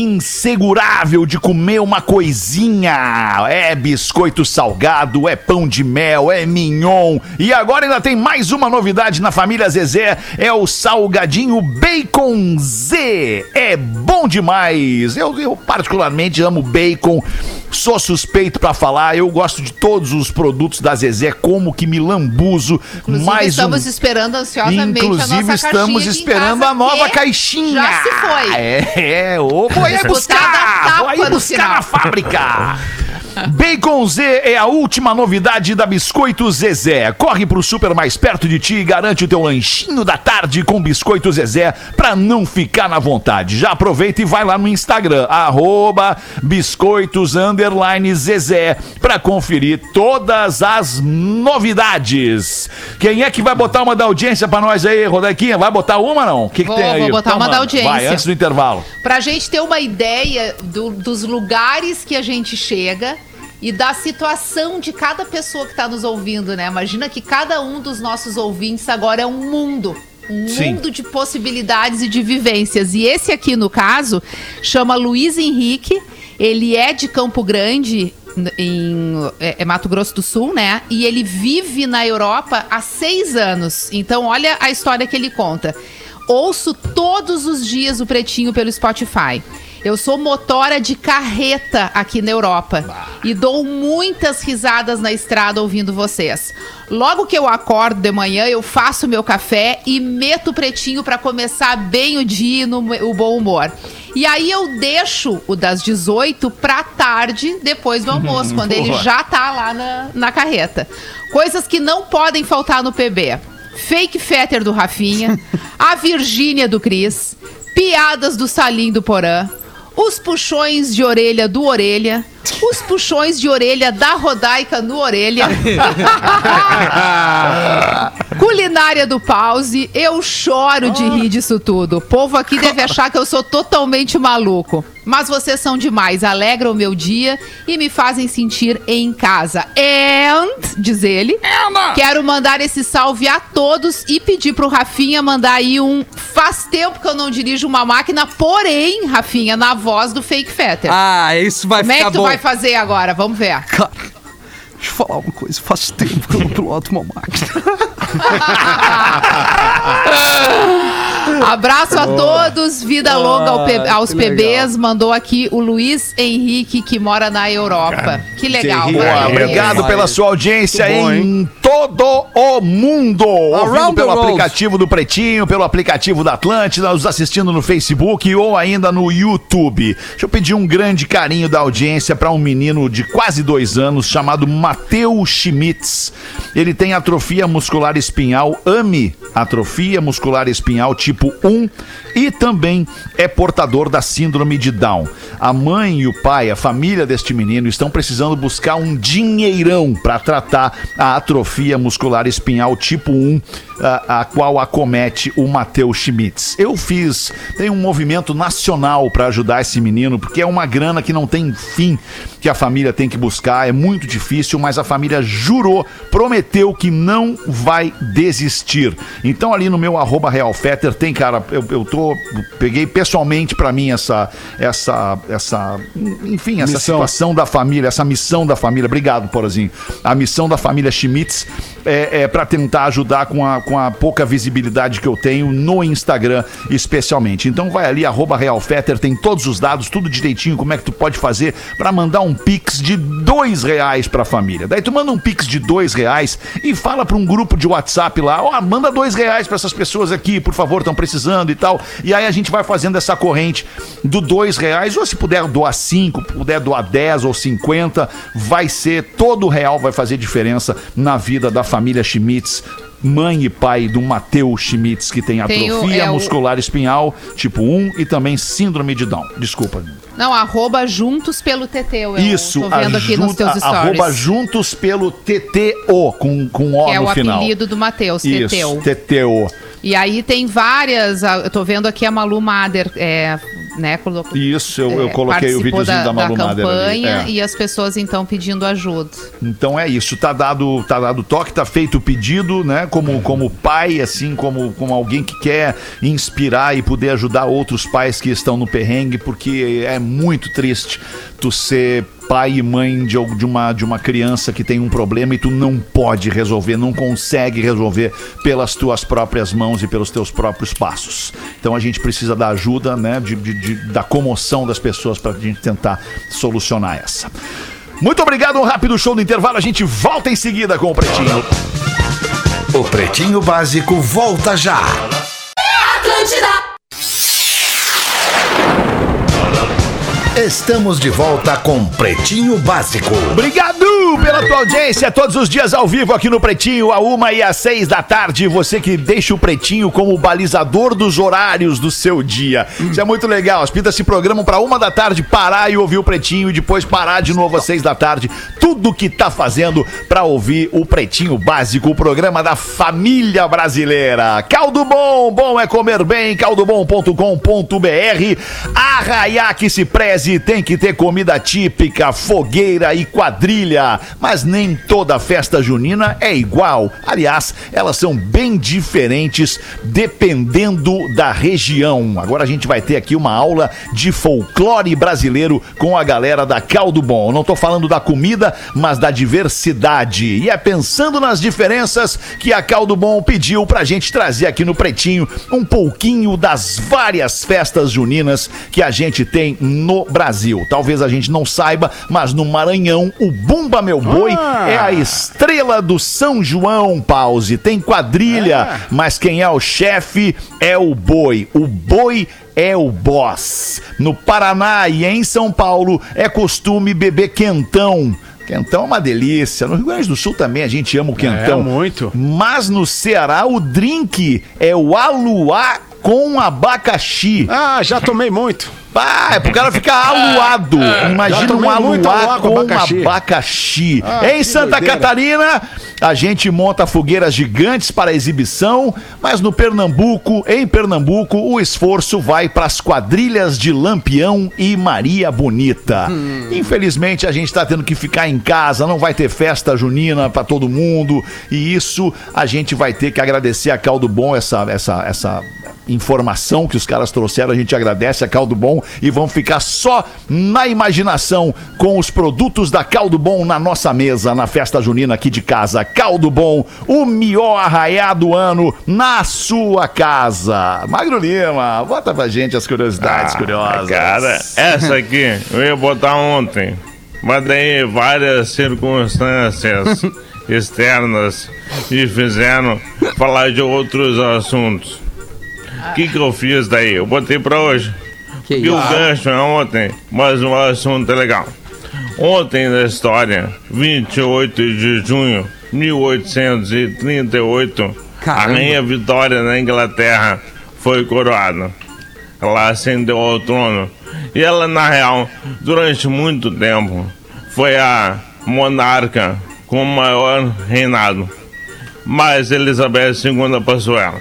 insegurável de comer uma coisinha. É biscoito salgado, é pão de mel, é mignon. E agora ainda tem mais uma novidade na família Zezé, é o salgadinho Bacon Z. É bom demais. Eu, eu particularmente amo bacon. Sou suspeito pra falar, eu gosto de todos os produtos da Zezé, como que me lambuzo. Inclusive, mais estamos um... esperando ansiosamente Inclusive, a nossa estamos caixinha aqui em esperando casa, a nova que caixinha. Já se foi. É, é, ô, vou aí Disputada buscar, tapa vou aí no buscar final. na fábrica. Bacon Z é a última novidade da Biscoito Zezé. Corre pro super mais perto de ti e garante o teu lanchinho da tarde com Biscoito Zezé pra não ficar na vontade. Já aproveita e vai lá no Instagram, arroba biscoitos underline Zezé, pra conferir todas as novidades. Quem é que vai botar uma da audiência pra nós aí, Rodequinha? Vai botar uma, não? O que, que Vou- tem aí? vou botar Então, uma da mano, audiência. Vai, antes do intervalo. Pra gente ter uma ideia do- dos lugares que a gente chega e da situação de cada pessoa que tá nos ouvindo, né? Imagina que cada um dos nossos ouvintes agora é um mundo. Um Sim. mundo de possibilidades e de vivências. E esse aqui, no caso, chama Luiz Henrique. Ele é de Campo Grande, em é, é Mato Grosso do Sul, né? E ele vive na Europa há seis anos. Então, olha a história que ele conta. Ouço todos os dias o Pretinho pelo Spotify. Eu sou motora de carreta aqui na Europa e dou muitas risadas na estrada ouvindo vocês. Logo que eu acordo de manhã, eu faço meu café e meto o Pretinho para começar bem o dia e no o bom humor. E aí eu deixo o das dezoito pra tarde, depois do almoço, quando ele já tá lá na, na carreta. Coisas que não podem faltar no P B. Fake Fetter do Rafinha, a Virgínia do Cris, piadas do Salim do Porã, os puxões de orelha do Orelha, os puxões de orelha da Rodaica no Orelha, culinária do Pause. Eu choro de rir disso tudo. O povo aqui deve achar que eu sou totalmente maluco. Mas vocês são demais, alegram o meu dia e me fazem sentir em casa. And, diz ele, quero mandar esse salve a todos e pedir pro Rafinha mandar aí um... Faz tempo que eu não dirijo uma máquina, porém, Rafinha, na voz do Fake Fetter. Ah, isso vai Como ficar bom. Como é que tu vai fazer agora? Vamos ver. Cara, deixa eu falar uma coisa. Faz tempo que eu não piloto uma máquina. Abraço a todos, vida longa ao P- aos P Bs. legal. Mandou aqui o Luiz Henrique, que mora na Europa. Que legal. Boa, parabéns. obrigado pela sua audiência Muito bom, em todo o mundo. Ouvindo Around pelo the world. aplicativo do Pretinho, pelo aplicativo da Atlântida, nos assistindo no Facebook ou ainda no YouTube. Deixa eu pedir um grande carinho da audiência para um menino de quase dois anos chamado Matheus Schmitz. Ele tem atrofia muscular espinhal, A M I, atrofia muscular espinhal tipo um, e também é portador da síndrome de Down. A mãe e o pai, a família deste menino, estão precisando buscar um dinheirão para tratar a atrofia muscular espinhal tipo um, a, a qual acomete o Matheus Schmitz. Eu fiz, tem um movimento nacional para ajudar esse menino, porque é uma grana que não tem fim, que a família tem que buscar, é muito difícil, mas a família jurou, prometeu que não vai desistir. Então ali no meu arroba realfetter tem, cara, eu, eu tô, peguei pessoalmente pra mim essa, essa, essa, enfim, essa Missão. situação da família, essa missão da família, obrigado, Porazinho, a missão da família Schmitz é, é pra tentar ajudar com a, com a pouca visibilidade que eu tenho no Instagram, especialmente. Então vai ali, arroba realfetter, tem todos os dados, tudo direitinho, como é que tu pode fazer pra mandar um pix de dois reais pra família. Daí tu manda um pix de dois reais e fala pra um grupo de WhatsApp lá, ó, oh, manda dois reais pra essas pessoas aqui, por favor, estão precisando e tal. E aí a gente vai fazendo essa corrente do dois reais, ou se puder doar cinco, puder doar dez ou cinquenta, vai ser, todo real vai fazer diferença na vida da família Schmitz, mãe e pai do Matheus Schmitz, que tem Tem o- atrofia é o- muscular espinhal tipo um e também síndrome de Down. Desculpa. Não, arroba juntos pelo T T. Eu Isso, tô vendo aqui nos ajuda- teus stories. arroba juntos pelo T T O, com, com O que é no o final. apelido do Matheus, T T O. Isso, T T O. E aí tem várias, ah, eu tô vendo aqui a Malu Mader, é, né, colocou. Isso, eu, eu é, coloquei o participou videozinho da, Malu Mader ali. campanha É. e as pessoas então pedindo ajuda. Então é isso, tá dado, tá dado toque, tá feito o pedido, né? Como, como pai, assim, como, como alguém que quer inspirar e poder ajudar outros pais que estão no perrengue, porque é muito triste tu ser pai e mãe de, de, uma, de uma criança que tem um problema e tu não pode resolver, não consegue resolver pelas tuas próprias mãos e pelos teus próprios passos. Então a gente precisa da ajuda, né? De, de, de, da comoção das pessoas pra gente tentar solucionar essa. Muito obrigado, um rápido show do intervalo, a gente volta em seguida com o Pretinho. O Pretinho Básico volta já. Estamos de volta com Pretinho Básico. Obrigado pela tua audiência, todos os dias ao vivo aqui no Pretinho, a uma e às seis da tarde. Você que deixa o Pretinho como balizador dos horários do seu dia. Isso é muito legal. As pintas se programam para uma da tarde parar e ouvir o Pretinho e depois parar de novo às seis da tarde. Tudo que tá fazendo para ouvir o Pretinho Básico, o programa da família brasileira. Caldo Bom, bom é comer bem, caldo bom ponto com ponto b r. Arraiá que se preze, tem que ter comida típica, fogueira e quadrilha. família. Mas nem toda festa junina é igual. Aliás, elas são bem diferentes dependendo da região. Agora a gente vai ter aqui uma aula de folclore brasileiro com a galera da Caldo Bom. Não tô falando da comida, mas da diversidade. E é pensando nas diferenças que a Caldo Bom pediu pra gente trazer aqui no Pretinho um pouquinho das várias festas juninas que a gente tem no Brasil. Talvez a gente não saiba, mas no Maranhão, o Bumba Meu Boi ah. é a estrela do São João, Pause. Tem quadrilha, é. mas quem é o chefe é o boi. O boi é o boss. No Paraná e em São Paulo é costume beber quentão. Quentão é uma delícia. No Rio Grande do Sul também a gente ama o quentão. É, muito. Mas no Ceará o drink é o aluá com abacaxi. Ah, já tomei muito. Ah, é pro cara ficar aluado. Imagina um aluá com abacaxi. abacaxi. Ah, em Santa doideira. Catarina, a gente monta fogueiras gigantes para exibição, mas no Pernambuco, em Pernambuco, o esforço vai para as quadrilhas de Lampião e Maria Bonita. Hum. Infelizmente, a gente tá tendo que ficar em casa, não vai ter festa junina para todo mundo, e isso a gente vai ter que agradecer a Caldo Bom, essa, essa, essa informação que os caras trouxeram, a gente agradece a Caldo Bom e vamos ficar só na imaginação com os produtos da Caldo Bom na nossa mesa, na festa junina aqui de casa. Caldo Bom, o melhor arraiá do ano na sua casa. Magro Lima, bota pra gente as curiosidades ah, curiosas. Cara, essa aqui eu ia botar ontem, mas daí várias circunstâncias externas me fizeram falar de outros assuntos. O que que eu fiz daí? Eu botei pra hoje. Que e o gancho é ontem, mas o assunto é legal. Ontem na história, vinte e oito de junho de mil oitocentos e trinta e oito, Caramba. a Rainha Vitória na Inglaterra foi coroada. Ela ascendeu ao trono. E ela, na real, durante muito tempo, foi a monarca com o maior reinado. Mas Elizabeth segunda passou ela.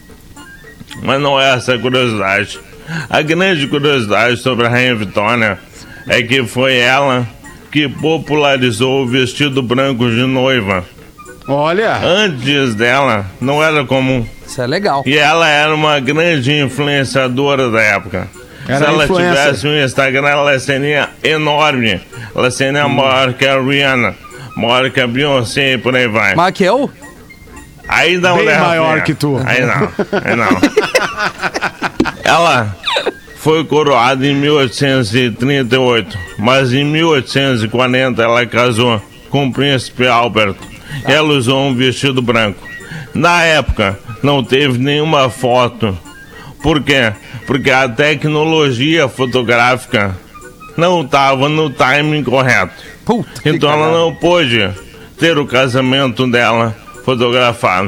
Mas não é essa a curiosidade. A grande curiosidade sobre a Rainha Vitória é que foi ela que popularizou o vestido branco de noiva. Olha! Antes dela, não era comum. Isso é legal. E ela era uma grande influenciadora da época. Era Se ela influencer. tivesse um Instagram, ela seria enorme. Ela seria hum. maior que a Rihanna, maior que a Beyoncé e por aí vai. Mas que eu? Aí não Bem maior que tu. Aí não, aí não. Ela foi coroada em mil oitocentos e trinta e oito, mas em mil oitocentos e quarenta ela casou com o príncipe Albert. Tá. Ela usou um vestido branco. Na época, não teve nenhuma foto. Por quê? Porque a tecnologia fotográfica não estava no timing correto. Puta, então ela caramba. não pôde ter o casamento dela fotografado.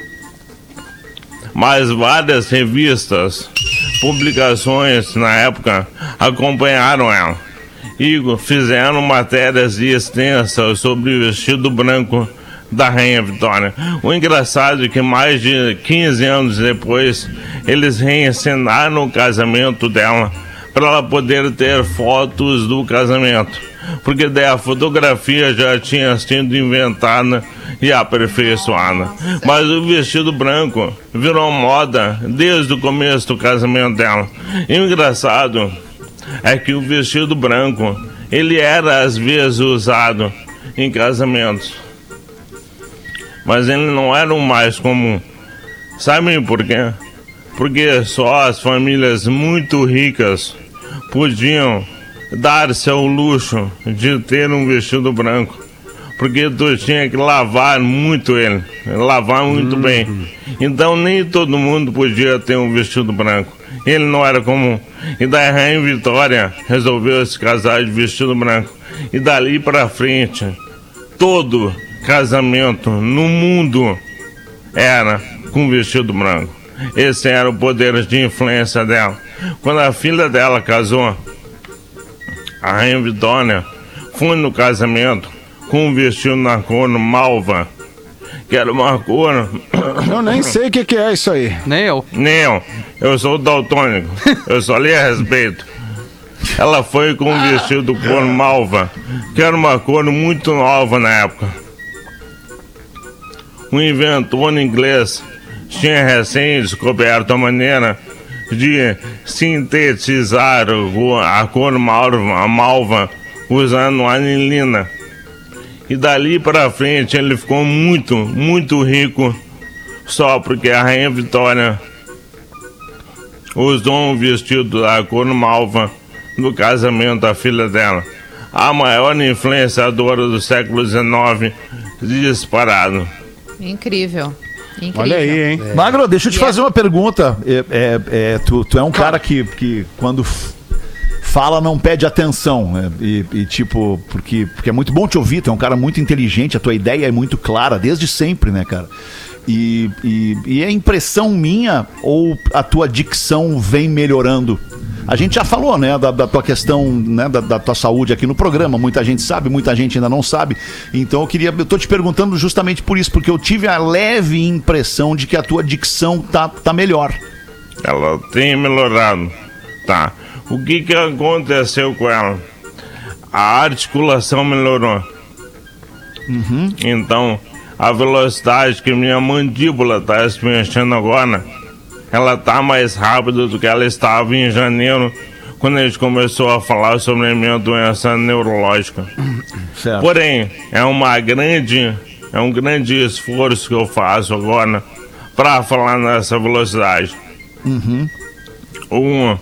Mas várias revistas, publicações na época acompanharam ela e fizeram matérias extensas sobre o vestido branco da Rainha Vitória. O engraçado é que mais de quinze anos depois eles reencenaram o casamento dela para ela poder ter fotos do casamento, porque daí a fotografia já tinha sido inventada e aperfeiçoada. Mas o vestido branco virou moda desde o começo do casamento dela. E o engraçado é que o vestido branco, ele era às vezes usado em casamentos, mas ele não era o mais comum. Sabem por quê? Porque só as famílias muito ricas podiam dar-se ao luxo de ter um vestido branco, porque tu tinha que lavar muito ele, lavar muito hum. bem. Então nem todo mundo podia ter um vestido branco. Ele não era comum. E daí a Rainha Vitória resolveu se casar de vestido branco. E dali pra frente, todo casamento no mundo era com vestido branco. Esse era o poder de influência dela. Quando a filha dela casou, a Rainha Vitória foi no casamento com um vestido na cor malva, que era uma cor... Eu nem sei o que, que é isso aí. Nem eu. Nem eu. Eu sou daltônico. Eu só li a respeito. ela foi com um vestido cor malva, que era uma cor muito nova na época. Um inventor inglês tinha recém descoberto a maneira de sintetizar a cor malva, a malva usando anilina. E dali para frente ele ficou muito, muito rico só porque a Rainha Vitória usou um vestido da cor malva no casamento da filha dela. A maior influenciadora do século dezenove, disparado. Incrível. Incrível. Olha aí, hein? É. Magro, deixa eu te fazer uma pergunta. É, é, é, tu, tu é um cara que, que quando f- fala não pede atenção, né? E, e tipo, porque, porque é muito bom te ouvir, tu é um cara muito inteligente, a tua ideia é muito clara, desde sempre, né, cara? E, e, e é impressão minha ou a tua dicção vem melhorando? A gente já falou, né, da, da tua questão, né, da, da tua saúde aqui no programa. Muita gente sabe, muita gente ainda não sabe. Então eu queria, eu tô te perguntando justamente por isso, porque eu tive a leve impressão de que a tua dicção tá, tá melhor. Ela tem melhorado, tá? O que que aconteceu com ela? A articulação melhorou. Uhum. Então, a velocidade que minha mandíbula tá se mexendo agora, ela tá mais rápida do que ela estava em janeiro, quando a gente começou a falar sobre a minha doença neurológica. Certo. Porém, é uma grande, é um grande esforço que eu faço agora para falar nessa velocidade. Uhum. O,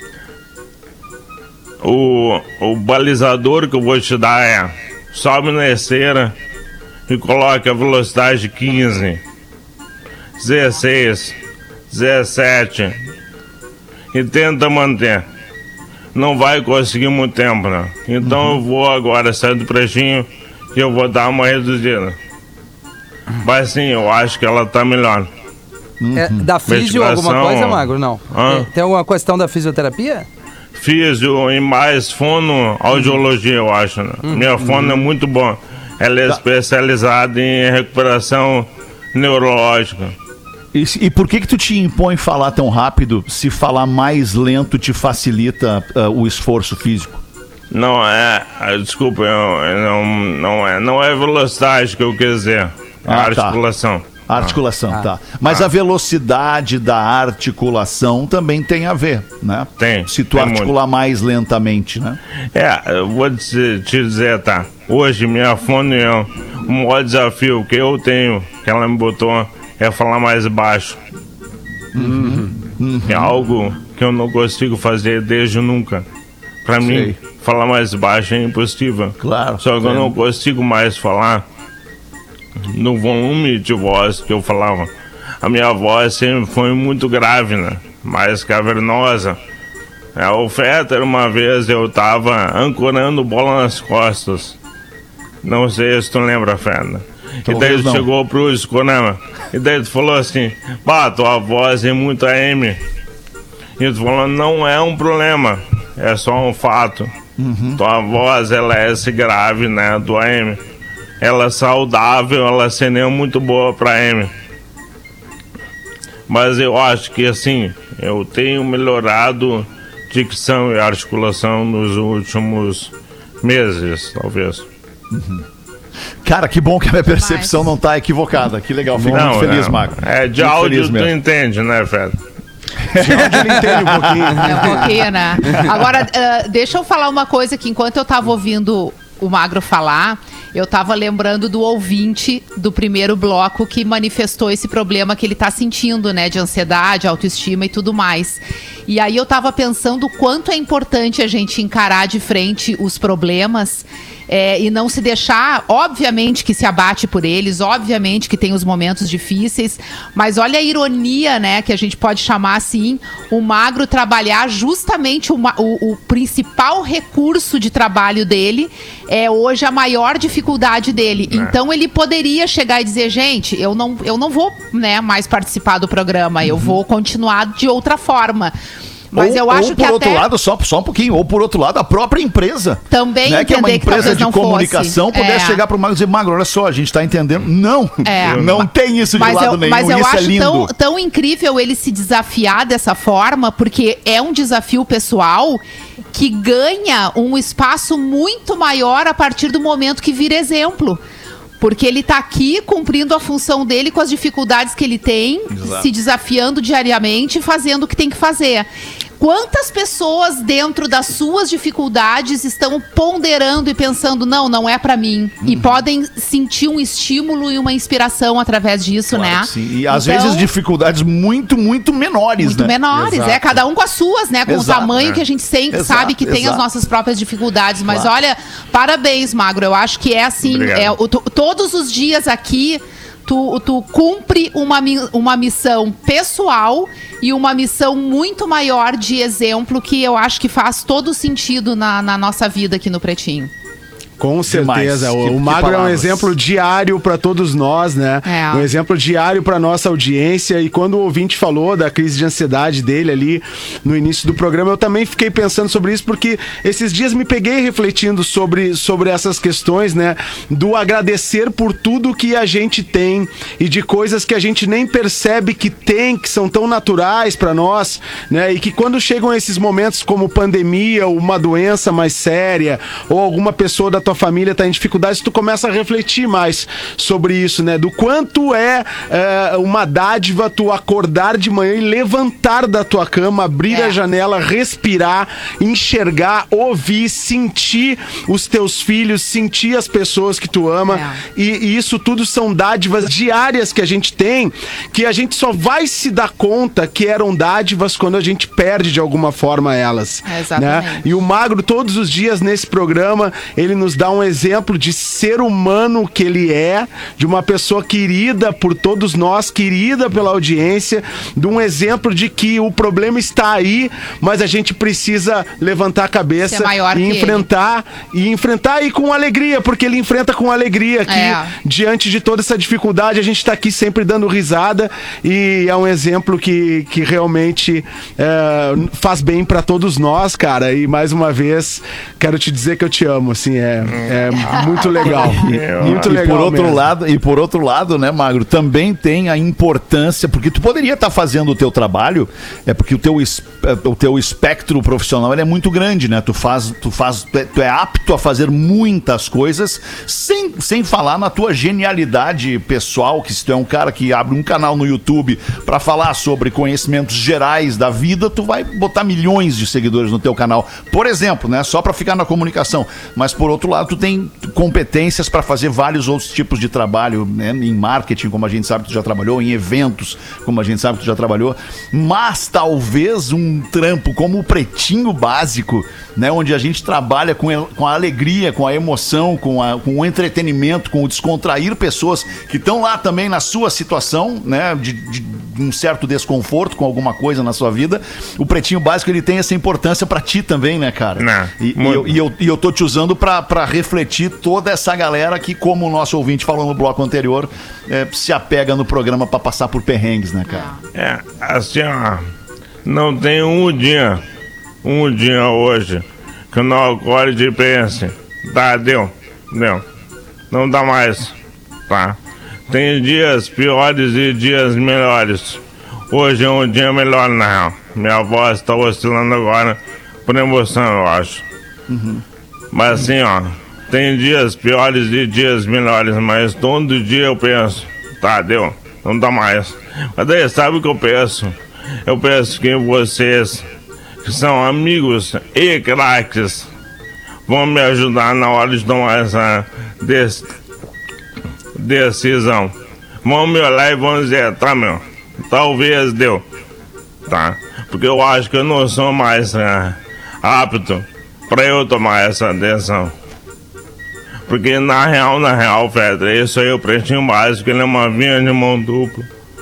o, o balizador que eu vou te dar é: sobe na esteira e coloque a velocidade quinze, dezesseis, dezessete e tenta manter. Não vai conseguir muito tempo, né? Então uhum. eu vou agora sair do pretinho e eu vou dar uma reduzida. Mas sim, eu acho que ela tá melhor. É, da físio alguma coisa, Magro? Não. Hã? Tem alguma questão da fisioterapia? Físio e mais fonoaudiologia, eu acho, né? Uhum. Minha fono é muito boa. Ela é Tá. especializada em recuperação neurológica. E, se- e por que que tu te impõe falar tão rápido se falar mais lento te facilita ah, o esforço físico? Não é, ah, desculpa, eu, eu não, não é, não é velocidade que eu quis dizer, é Ah, tá. articulação. A articulação, tá. Mas a velocidade da articulação também tem a ver, né? Tem, Se tu tem articular mais lentamente, né? É, eu vou te, te dizer, tá? Hoje minha fone, é o maior desafio que eu tenho, que ela me botou, é falar mais baixo. É algo que eu não consigo fazer desde nunca. Pra mim, Sei. falar mais baixo é impossível. Claro, Só que eu é. não consigo mais falar no volume de voz que eu falava. A minha voz sempre foi muito grave, né? Mais cavernosa. É, o Fetter, uma vez eu tava ancorando bola nas costas. Não sei se tu lembra, Fetter. E daí Talvez tu não. chegou pro escorama. E daí tu falou assim: "Bah, tua voz é muito A M." E tu falou: "Não é um problema, é só um fato. Uhum. Tua voz, ela é esse grave, né, do A M. Ela é saudável, ela seria muito boa pra A M." Mas eu acho que assim, eu tenho melhorado dicção e articulação nos últimos meses, talvez. Cara, que bom que a minha percepção não tá equivocada. Que legal, fico muito feliz, é, Marco. É, de Muito áudio feliz tu mesmo. entende, né, Fred? Ele entende um pouquinho. É um pouquinho, né? Agora, ah, deixa eu falar uma coisa que enquanto eu tava ouvindo o Magro falar, eu tava lembrando do ouvinte do primeiro bloco que manifestou esse problema que ele tá sentindo, né? De ansiedade, autoestima e tudo mais. E aí eu tava pensando o quanto é importante a gente encarar de frente os problemas é, e não se deixar, obviamente que se abate por eles, obviamente que tem os momentos difíceis, mas olha a ironia, né, que a gente pode chamar assim, o Magro trabalhar justamente o, ma- o, o principal recurso de trabalho dele é hoje a maior dificuldade dele. Então ele poderia chegar e dizer, gente, eu não, eu não vou, né, mais participar do programa, eu vou continuar de outra forma. Mas ou, eu acho ou que por outro até lado, só, só um pouquinho, ou por outro lado, a própria empresa. também Né, que é uma entender que empresa talvez de não comunicação, fosse. pudesse É. chegar pro Magro e dizer, Magro, olha só, a gente tá entendendo. Não, É. não tem isso de Mas lado eu, nenhum, mas eu isso é acho lindo. tão, tão incrível ele se desafiar dessa forma, porque é um desafio pessoal que ganha um espaço muito maior a partir do momento que vira exemplo. Porque ele tá aqui cumprindo a função dele com as dificuldades que ele tem, Exato. se desafiando diariamente, fazendo o que tem que fazer. Quantas pessoas dentro das suas dificuldades estão ponderando e pensando, não, não é pra mim. Uhum. E podem sentir um estímulo e uma inspiração através disso, Claro né? que sim. E às Então, vezes dificuldades muito, muito menores, muito né? menores, Exato. é, cada um com as suas, né? Com Exato, o tamanho é. que a gente sempre Exato, sabe que tem as exato. nossas próprias dificuldades. Mas Claro. olha, parabéns, Magro. Eu acho que é assim, Obrigado. é, o- to- todos os dias aqui. Tu, tu cumpre uma, mi- uma missão pessoal e uma missão muito maior de exemplo que eu acho que faz todo sentido na, na nossa vida aqui no Pretinho. Com certeza. Demais. O, Que- o que Magro é um palavras. exemplo diário para todos nós, né? É. Um exemplo diário para nossa audiência. E quando o ouvinte falou da crise de ansiedade dele ali no início do programa, eu também fiquei pensando sobre isso, porque esses dias me peguei refletindo sobre, sobre essas questões, né? Do agradecer por tudo que a gente tem e de coisas que a gente nem percebe que tem, que são tão naturais para nós, né? E que quando chegam esses momentos como pandemia ou uma doença mais séria ou alguma pessoa da tua família tá em dificuldades, tu começa a refletir mais sobre isso, né? Do quanto é, é, uma dádiva tu acordar de manhã e levantar da tua cama, abrir É. a janela, respirar, enxergar, ouvir, sentir os teus filhos, sentir as pessoas que tu ama. É. E, e isso tudo são dádivas diárias que a gente tem, que a gente só vai se dar conta que eram dádivas quando a gente perde de alguma forma elas. É, exatamente. Né? E o Magro, todos os dias nesse programa, ele nos dá um exemplo de ser humano que ele é, de uma pessoa querida por todos nós, querida pela audiência, de um exemplo de que o problema está aí, mas a gente precisa levantar a cabeça Ser maior e que enfrentar, e enfrentar e com alegria, porque ele enfrenta com alegria que É. diante de toda essa dificuldade, a gente está aqui sempre dando risada e é um exemplo que, que realmente é, faz bem para todos nós, cara. E mais uma vez, quero te dizer que eu te amo, assim, é, é muito legal. Muito e legal. por outro mesmo. lado, e por outro lado, né, Magro, também tem a importância, porque tu poderia estar fazendo o teu trabalho, é porque o teu, es- o teu espectro profissional ele é muito grande, né? Tu faz, tu faz, tu é, tu é apto a fazer muitas coisas, sem, sem falar na tua genialidade pessoal, que se tu é um cara que abre um canal no YouTube pra falar sobre conhecimentos gerais da vida, tu vai botar milhões de seguidores no teu canal, por exemplo, né? Só pra ficar na comunicação. Mas por outro lado, tu tem competências pra fazer vários outros tipos de trabalho, né? Em marketing, como a gente sabe que tu já trabalhou, em eventos, como a gente sabe que tu já trabalhou, mas talvez um trampo como o Pretinho Básico, né? Onde a gente trabalha com, el- com a alegria, com a emoção, com, a- com o entretenimento, com o descontrair pessoas que estão lá também na sua situação, né? De, de um certo desconforto com alguma coisa na sua vida. O Pretinho Básico, ele tem essa importância pra ti também, né, cara? Não, e, e, muito. eu, e, eu, e eu tô te usando pra, pra refletir toda essa galera que, como o nosso ouvinte falou no bloco anterior, é, se apega no programa pra passar por perrengues, né, cara? É, assim, ó. Não tem um dia, um dia hoje, que eu não acorde e pense, tá, deu, deu. Não dá mais, tá? Tem dias piores e dias melhores. Hoje é um dia melhor, na real. Minha voz tá oscilando agora por emoção, eu acho. Mas assim, ó, tem dias piores e dias melhores, mas todo dia eu penso, tá, deu, não dá mais. Mas daí, sabe o que eu penso? Eu penso que vocês, que são amigos e craques, vão me ajudar na hora de tomar essa dec- decisão. Vão me olhar e vão dizer, tá, meu, talvez deu, tá? Porque eu acho que eu não sou mais é, apto pra eu tomar essa decisão. Porque na real, na real, Fedra, isso aí é o Pretinho Básico, ele é uma vinha de mão dupla.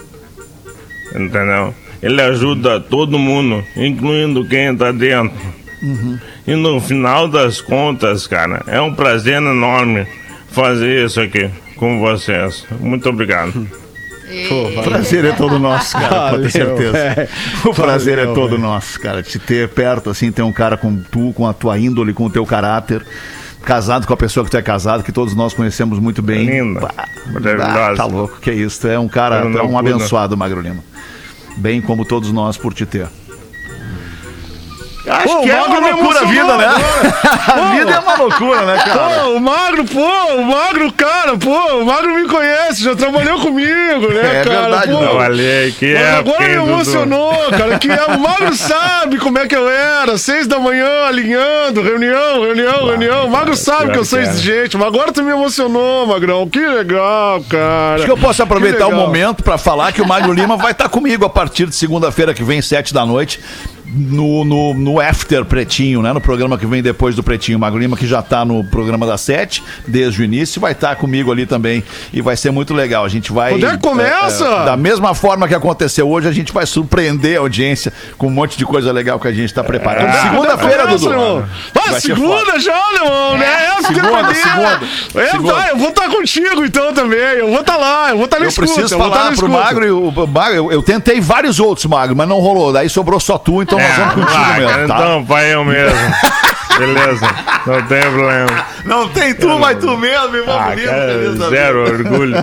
Entendeu? Ele ajuda todo mundo, incluindo quem tá dentro. E no final das contas, cara, é um prazer enorme fazer isso aqui com vocês. Muito obrigado. O prazer é todo nosso, cara, pode Valeu, ter certeza. é. O prazer Valeu, é todo velho. nosso, cara. Te ter perto, assim, ter um cara como tu, com a tua índole, com o teu caráter, casado com a pessoa que tu é casado, que todos nós conhecemos muito bem. Linda, Pá, maravilhosa. ah, tá louco, que isso. Tu é um cara, Eu tu é não um cuido. abençoado, Magro Lima. Bem como todos nós por te ter. Acho Pô, que o é uma Magro me loucura a vida, emocionou né? agora. A vida é uma loucura, né, cara? Pô, o Magro, pô, o Magro, cara, pô, o Magro me conhece, já trabalhou comigo, né, É cara? verdade, pô. não. Olha que Mas é. agora me emocionou, cara, que é, o Magro sabe como é que eu era, seis da manhã, alinhando, reunião, reunião, reunião. O Magro sabe que eu sou exigente, mas agora tu me emocionou, Magrão, que legal, cara. Acho que eu posso aproveitar o legal. momento pra falar que o Magro Lima vai estar comigo a partir de segunda-feira que vem, sete da noite. No, no, no After Pretinho, né? No programa que vem depois do Pretinho. O Magro Lima, que já tá no programa das sete, desde o início, vai estar comigo ali também. E vai ser muito legal. A gente vai. Quando é que começa? é, é, da mesma forma que aconteceu hoje, a gente vai surpreender a audiência com um monte de coisa legal que a gente tá preparando. É, Segunda-feira, começa, Dudu. irmão. Ah, Vai ser segunda foda. já, irmão, né? É, segunda, segunda. É, Segunda. vai, eu vou estar contigo então também. Eu vou estar lá, eu vou estar na Eu escuta. preciso eu vou estar falar na pro escuta. Magro, e o, o Magro eu, eu tentei vários outros, Magro, mas não rolou. Daí sobrou só tu, então nós vamos contigo vai, mesmo, tá? Então vai eu mesmo. Beleza, não tem problema. Não tem tu, mas tu mesmo, irmão. Ah, bonito, cara, beleza, zero orgulho.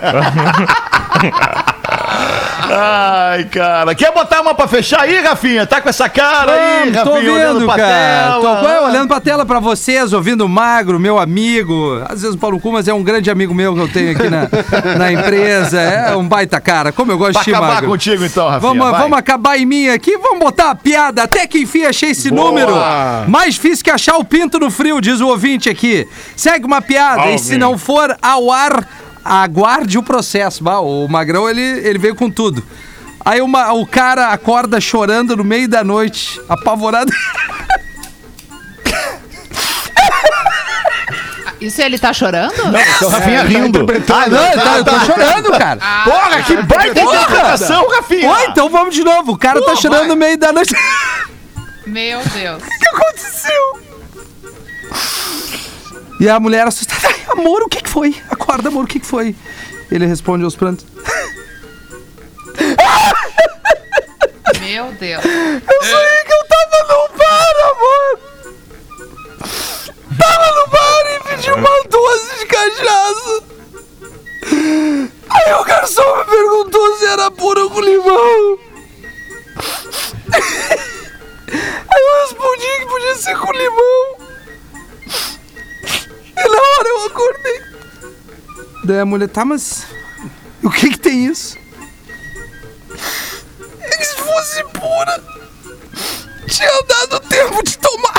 Ai, cara. Quer botar uma pra fechar aí, Rafinha? Tá com essa cara aí, Vamos, tô Rafinha, olhando vendo, pra cara. tela. Tô vai, olhando pra tela pra vocês, ouvindo o Magro, meu amigo. Às vezes o Paulo Cu, mas é um grande amigo meu que eu tenho aqui na, na empresa. É um baita cara. Como eu gosto Pra de ti, acabar Magro. contigo então, Rafinha. Vamos, vai. vamos acabar em mim aqui, vamos botar a piada. Até que enfim achei esse Boa. número. Mais difícil que achar o pinto no frio, diz o ouvinte aqui. Segue uma piada Ó, e se ouvinte. não for ao ar, aguarde o processo. Bah, o Magrão, ele, ele veio com tudo. Aí uma, o cara acorda chorando no meio da noite, apavorado. Isso ele tá chorando? Então, Rafinha rindo. Ah, não, eu tô, eu tô chorando, cara. Porra, que baita interpretação, Rafinha. Oi, então vamos de novo. O cara tá Pô, chorando vai. no meio da noite. Meu Deus. O que aconteceu? E a mulher assustada. Ai, amor, o que que foi? Acorda, amor, o que que foi? Ele responde aos prantos. Meu Deus. Eu sonhei que eu tava no bar, amor. Tava no bar e pedi uma dose de cachaça. Aí o garçom me perguntou se era pura com limão. Aí eu respondi que podia ser com limão. E na hora eu acordei. Daí a mulher, tá, mas o que que tem isso? É que se fosse pura, tinha dado tempo de tomar.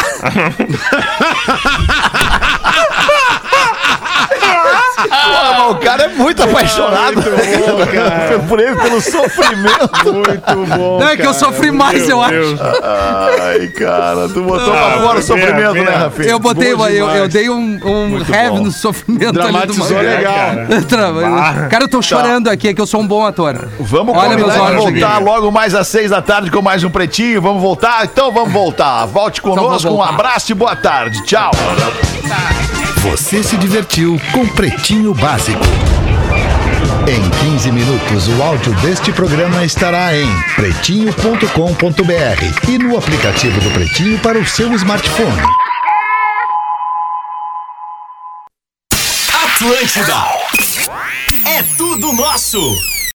Porra, o cara é muito apaixonado por ele, pelo sofrimento. Muito bom. Não, é que eu sofri mais, eu acho. Deus. Ai, cara, tu botou Ah, pra fora o foi bem, sofrimento, bem. né, Rafinha? Eu botei, Bom eu, eu demais. dei um, um heavy bom. no sofrimento Dramatizou ali do Magrão. legal. Tra- Cara, eu tô chorando aqui, é que eu sou um bom ator. Vamos Olha combinar meus de olhos voltar aqui. logo mais às seis da tarde com mais um Pretinho. Vamos voltar? Então vamos voltar. Volte conosco, vamos um voltar. abraço e boa tarde. Tchau. Você se divertiu com Pretinho Básico. Em quinze minutos, o áudio deste programa estará em pretinho ponto com ponto br e no aplicativo do Pretinho para o seu smartphone. Atlântida. É tudo nosso.